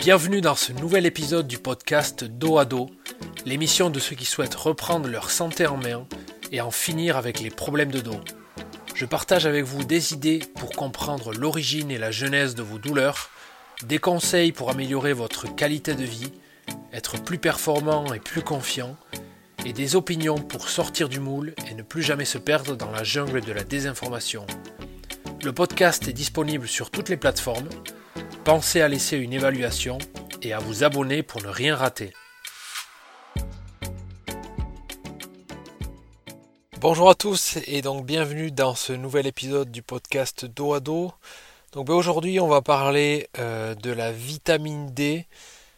Bienvenue dans ce nouvel épisode du podcast Dos à Dos, l'émission de ceux qui souhaitent reprendre leur santé en main et en finir avec les problèmes de dos. Je partage avec vous des idées pour comprendre l'origine et la genèse de vos douleurs, des conseils pour améliorer votre qualité de vie, être plus performant et plus confiant, et des opinions pour sortir du moule et ne plus jamais se perdre dans la jungle de la désinformation. Le podcast est disponible sur toutes les plateformes. Pensez à laisser une évaluation et à vous abonner pour ne rien rater. Bonjour à tous et donc bienvenue dans ce nouvel épisode du podcast Dos à Dos. Donc aujourd'hui on va parler de la vitamine D.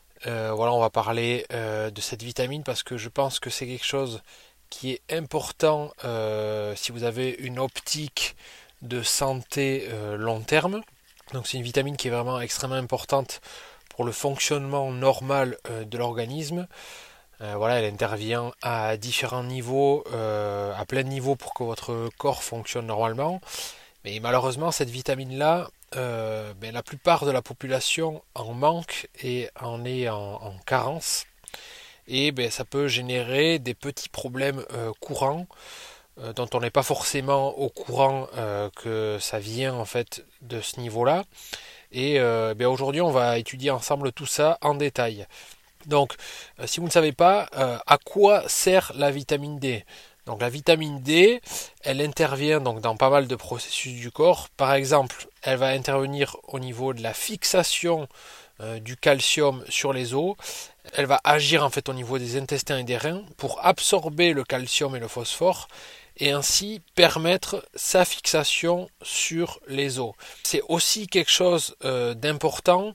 On va parler de cette vitamine parce que je pense que c'est quelque chose qui est important si vous avez une optique de santé long terme. Donc c'est une vitamine qui est vraiment extrêmement importante pour le fonctionnement normal de l'organisme. Elle intervient à différents niveaux, à plein de niveaux pour que votre corps fonctionne normalement. Mais malheureusement cette vitamine-là, la plupart de la population en manque et en est en carence. Et ça peut générer des petits problèmes courants dont on n'est pas forcément au courant que ça vient en fait de ce niveau-là. Et aujourd'hui on va étudier ensemble tout ça en détail. Donc si vous ne savez pas à quoi sert la vitamine D. Donc la vitamine D, elle intervient donc dans pas mal de processus du corps. Par exemple, elle va intervenir au niveau de la fixation du calcium sur les os. Elle va agir en fait au niveau des intestins et des reins pour absorber le calcium et le phosphore et ainsi permettre sa fixation sur les os. C'est aussi quelque chose d'important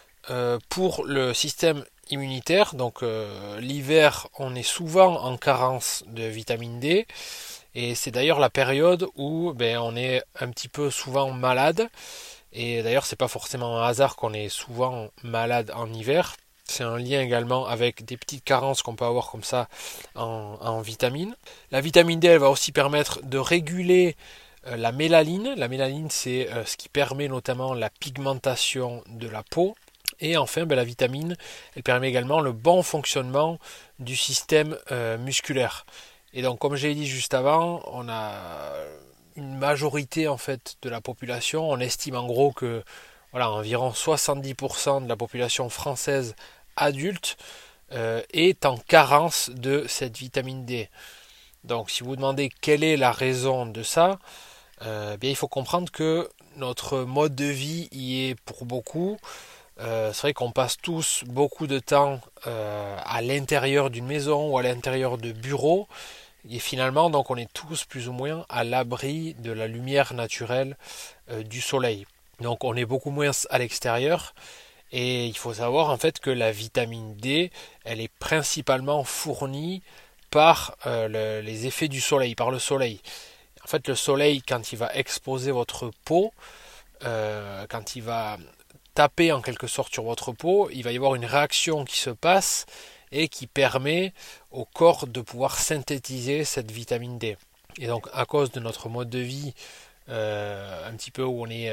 pour le système immunitaire. Donc l'hiver, on est souvent en carence de vitamine D et c'est d'ailleurs la période où on est un petit peu souvent malade. Et d'ailleurs, c'est pas forcément un hasard qu'on est souvent malade en hiver. C'est un lien également avec des petites carences qu'on peut avoir comme ça en vitamines. La vitamine D, elle va aussi permettre de réguler la mélanine. La mélanine, c'est ce qui permet notamment la pigmentation de la peau. Et enfin, la vitamine, elle permet également le bon fonctionnement du système musculaire. Et donc, comme j'ai dit juste avant, on a une majorité en fait de la population. On estime en gros que environ 70% de la population française adulte est en carence de cette vitamine D. Donc si vous vous demandez quelle est la raison de ça, il faut comprendre que notre mode de vie y est pour beaucoup. C'est vrai qu'on passe tous beaucoup de temps à l'intérieur d'une maison ou à l'intérieur de bureaux. Et finalement, donc, on est tous plus ou moins à l'abri de la lumière naturelle du soleil. Donc on est beaucoup moins à l'extérieur. Et il faut savoir en fait que la vitamine D, elle est principalement fournie par les effets du soleil, par le soleil. En fait, le soleil, quand il va exposer votre peau, quand il va taper en quelque sorte sur votre peau, il va y avoir une réaction qui se passe et qui permet au corps de pouvoir synthétiser cette vitamine D. Et donc à cause de notre mode de vie un petit peu où on est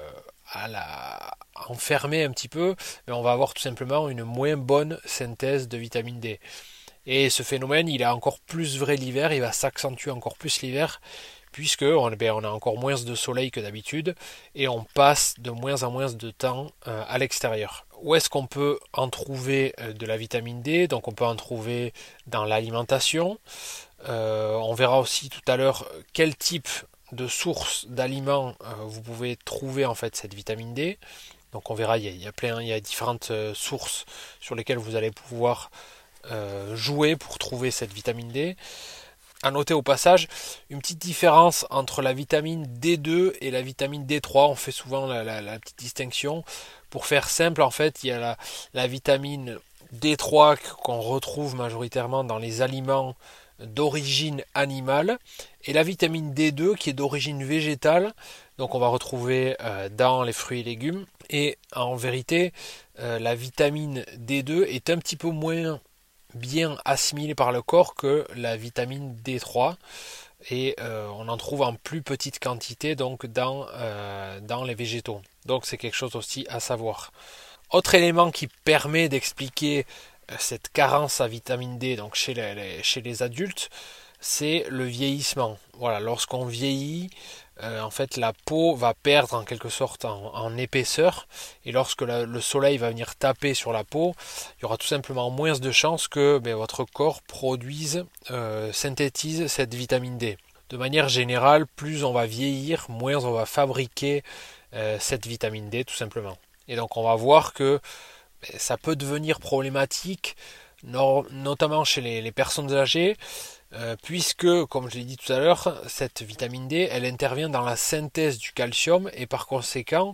enfermé un petit peu, on va avoir tout simplement une moins bonne synthèse de vitamine D. Et ce phénomène, il est encore plus vrai l'hiver, il va s'accentuer encore plus l'hiver, puisque on a encore moins de soleil que d'habitude et on passe de moins en moins de temps à l'extérieur. Où est-ce qu'on peut en trouver de la vitamine D? Donc on peut en trouver dans l'alimentation. On verra aussi tout à l'heure quel type de sources d'aliments vous pouvez trouver en fait cette vitamine D. Donc on verra, il y a différentes sources sur lesquelles vous allez pouvoir jouer pour trouver cette vitamine D. À noter au passage une petite différence entre la vitamine D2 et la vitamine D3. On fait souvent la petite distinction. Pour faire simple, en fait, il y a la vitamine D3 qu'on retrouve majoritairement dans les aliments d'origine animale et la vitamine D2 qui est d'origine végétale. Donc on va retrouver dans les fruits et légumes. Et en vérité, la vitamine D2 est un petit peu moins bien assimilée par le corps que la vitamine D3 et on en trouve en plus petite quantité donc dans les végétaux. Donc c'est quelque chose aussi à savoir. Autre élément qui permet d'expliquer cette carence à vitamine D donc chez les adultes, c'est le vieillissement. Voilà, lorsqu'on vieillit, en fait la peau va perdre en quelque sorte en épaisseur, et lorsque le soleil va venir taper sur la peau, il y aura tout simplement moins de chances que votre corps produise, synthétise cette vitamine D. De manière générale, plus on va vieillir, moins on va fabriquer cette vitamine D tout simplement. Et donc on va voir que ça peut devenir problématique, notamment chez les personnes âgées, puisque, comme je l'ai dit tout à l'heure, cette vitamine D, elle intervient dans la synthèse du calcium, et par conséquent,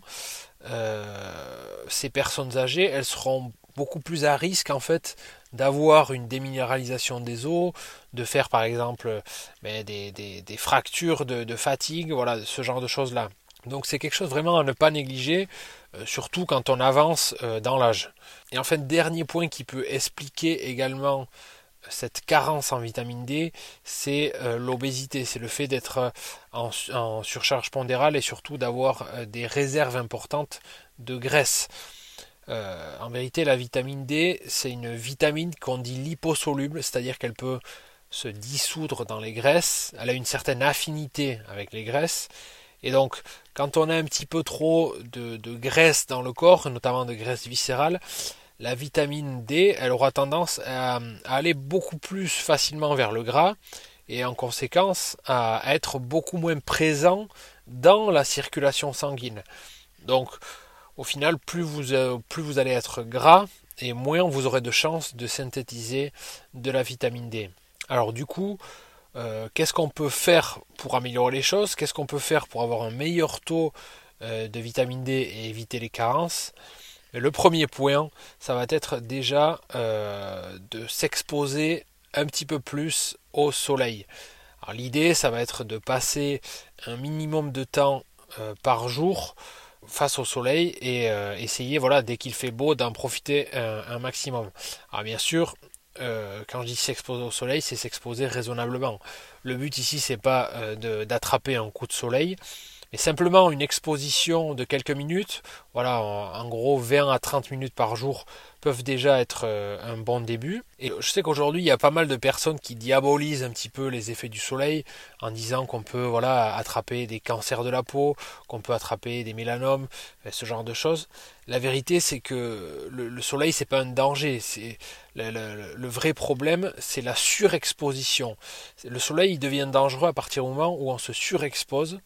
ces personnes âgées, elles seront beaucoup plus à risque en fait d'avoir une déminéralisation des os, de faire par exemple des fractures de fatigue, voilà, ce genre de choses là. Donc c'est quelque chose vraiment à ne pas négliger, surtout quand on avance dans l'âge. Et enfin, dernier point qui peut expliquer également cette carence en vitamine D, c'est l'obésité, c'est le fait d'être en surcharge pondérale et surtout d'avoir des réserves importantes de graisse. En vérité, la vitamine D, c'est une vitamine qu'on dit liposoluble, c'est-à-dire qu'elle peut se dissoudre dans les graisses, elle a une certaine affinité avec les graisses, et donc quand on a un petit peu trop de graisse dans le corps, notamment de graisse viscérale, la vitamine D, elle aura tendance à aller beaucoup plus facilement vers le gras, et en conséquence à être beaucoup moins présent dans la circulation sanguine. Donc au final, plus vous allez être gras, et moins vous aurez de chances de synthétiser de la vitamine D. Alors du coup, qu'est-ce qu'on peut faire pour améliorer les choses? Qu'est-ce qu'on peut faire pour avoir un meilleur taux de vitamine D et éviter les carences? Le premier point, ça va être déjà de s'exposer un petit peu plus au soleil. Alors l'idée, ça va être de passer un minimum de temps par jour face au soleil, et essayer, voilà, dès qu'il fait beau, d'en profiter un maximum. Alors bien sûr, quand je dis s'exposer au soleil, c'est s'exposer raisonnablement. Le but ici, c'est pas d'attraper un coup de soleil, mais simplement une exposition de quelques minutes. Voilà, en gros 20 à 30 minutes par jour peuvent déjà être un bon début. Et je sais qu'aujourd'hui il y a pas mal de personnes qui diabolisent un petit peu les effets du soleil en disant qu'on peut, voilà, attraper des cancers de la peau, qu'on peut attraper des mélanomes, ce genre de choses. La vérité, c'est que le soleil, c'est pas un danger. C'est le vrai problème, c'est la surexposition. Le soleil, il devient dangereux à partir du moment où on se surexpose.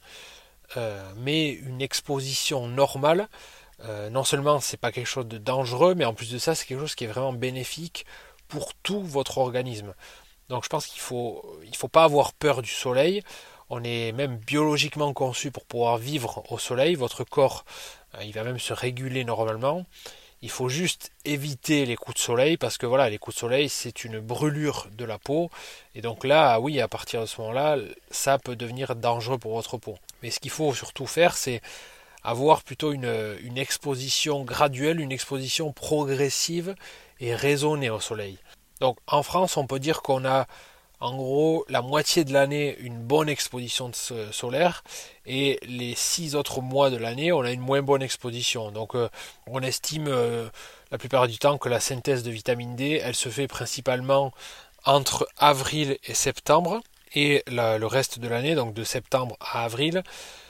Mais une exposition normale, non seulement c'est pas quelque chose de dangereux, mais en plus de ça, c'est quelque chose qui est vraiment bénéfique pour tout votre organisme. Donc je pense qu'il faut pas avoir peur du soleil. On est même biologiquement conçu pour pouvoir vivre au soleil. Votre corps, il va même se réguler normalement. Il faut juste éviter les coups de soleil, parce que voilà, les coups de soleil, c'est une brûlure de la peau, et donc là, oui, à partir de ce moment-là, ça peut devenir dangereux pour votre peau. Mais ce qu'il faut surtout faire, c'est avoir plutôt une exposition graduelle, une exposition progressive et raisonnée au soleil. Donc en France, on peut dire qu'on a en gros la moitié de l'année une bonne exposition solaire, et les 6 autres mois de l'année on a une moins bonne exposition. Donc on estime la plupart du temps que la synthèse de vitamine D, elle se fait principalement entre avril et septembre, et le reste de l'année, donc de septembre à avril,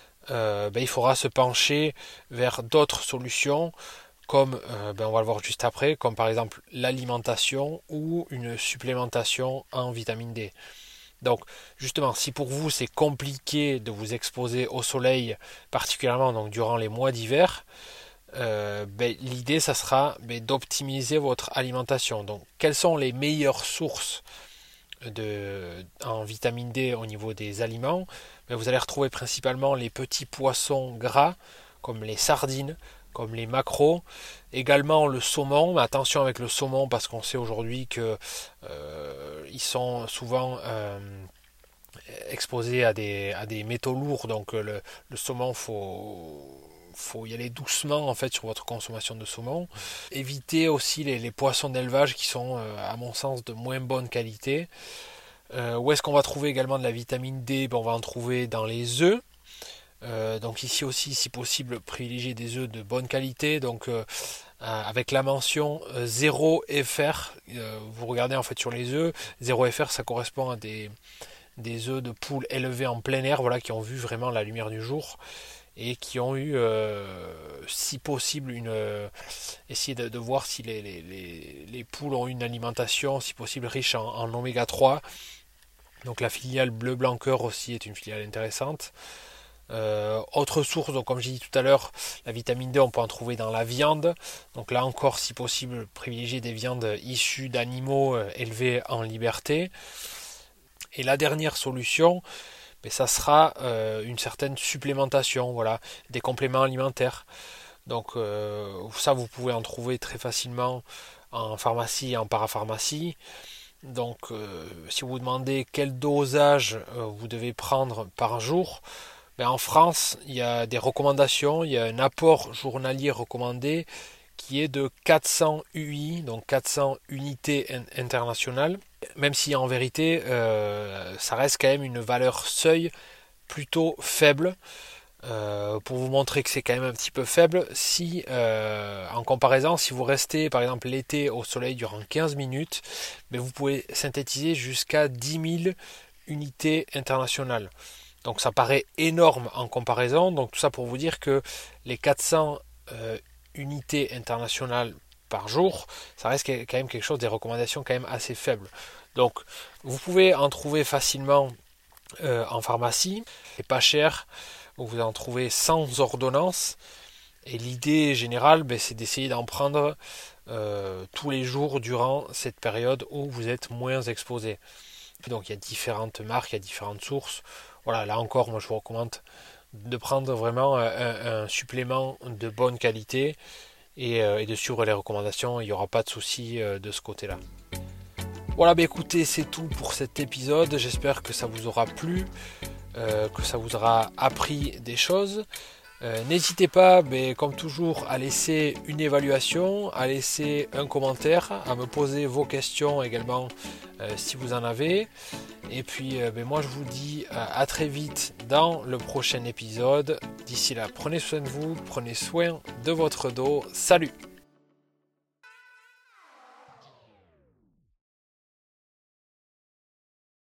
il faudra se pencher vers d'autres solutions, comme on va le voir juste après, comme par exemple l'alimentation ou une supplémentation en vitamine D. Donc justement, si pour vous c'est compliqué de vous exposer au soleil, particulièrement donc durant les mois d'hiver, l'idée ça sera d'optimiser votre alimentation. Donc quelles sont les meilleures sources en vitamine D au niveau des aliments? Vous allez retrouver principalement les petits poissons gras, comme les sardines, comme les maquereaux, également le saumon. Mais attention avec le saumon, parce qu'on sait aujourd'hui que ils sont souvent exposés à des métaux lourds, donc le saumon, faut y aller doucement en fait sur votre consommation de saumon. Évitez aussi les poissons d'élevage qui sont à mon sens de moins bonne qualité. Où est-ce qu'on va trouver également de la vitamine D? On va en trouver dans les œufs, Donc ici aussi, si possible, privilégier des œufs de bonne qualité, donc avec la mention 0 FR. Vous regardez en fait sur les œufs, 0 FR ça correspond à des œufs de poule élevés en plein air, voilà, qui ont vu vraiment la lumière du jour et qui ont eu, si possible, essayer de voir si les poules ont une alimentation, si possible, riche en oméga 3. Donc la filiale bleu blanc cœur aussi est une filiale intéressante. Autre source, donc comme j'ai dit tout à l'heure, la vitamine D, on peut en trouver dans la viande. Donc là encore, si possible, privilégier des viandes issues d'animaux élevés en liberté. Et la dernière solution, ça sera une certaine supplémentation, voilà, des compléments alimentaires. Donc ça, vous pouvez en trouver très facilement en pharmacie et en parapharmacie. Donc si vous vous demandez quel dosage vous devez prendre par jour, en France, il y a des recommandations, il y a un apport journalier recommandé qui est de 400 UI, donc 400 unités internationales, même si en vérité, ça reste quand même une valeur seuil plutôt faible. Pour vous montrer que c'est quand même un petit peu faible, si en comparaison, si vous restez par exemple l'été au soleil durant 15 minutes, vous pouvez synthétiser jusqu'à 10 000 unités internationales. Donc ça paraît énorme en comparaison. Donc tout ça pour vous dire que les 400 unités internationales par jour, ça reste quand même quelque chose, des recommandations quand même assez faibles. Donc vous pouvez en trouver facilement en pharmacie, c'est pas cher, vous en trouvez sans ordonnance. Et l'idée générale, c'est d'essayer d'en prendre tous les jours durant cette période où vous êtes moins exposé. Donc il y a différentes marques, il y a différentes sources. Voilà, là encore, moi je vous recommande de prendre vraiment un supplément de bonne qualité et de suivre les recommandations. Il n'y aura pas de souci de ce côté-là. Voilà, écoutez, c'est tout pour cet épisode. J'espère que ça vous aura plu, que ça vous aura appris des choses. N'hésitez pas, comme toujours, à laisser une évaluation, à laisser un commentaire, à me poser vos questions également si vous en avez. Et puis moi je vous dis à très vite dans le prochain épisode. D'ici là, prenez soin de vous, prenez soin de votre dos. Salut!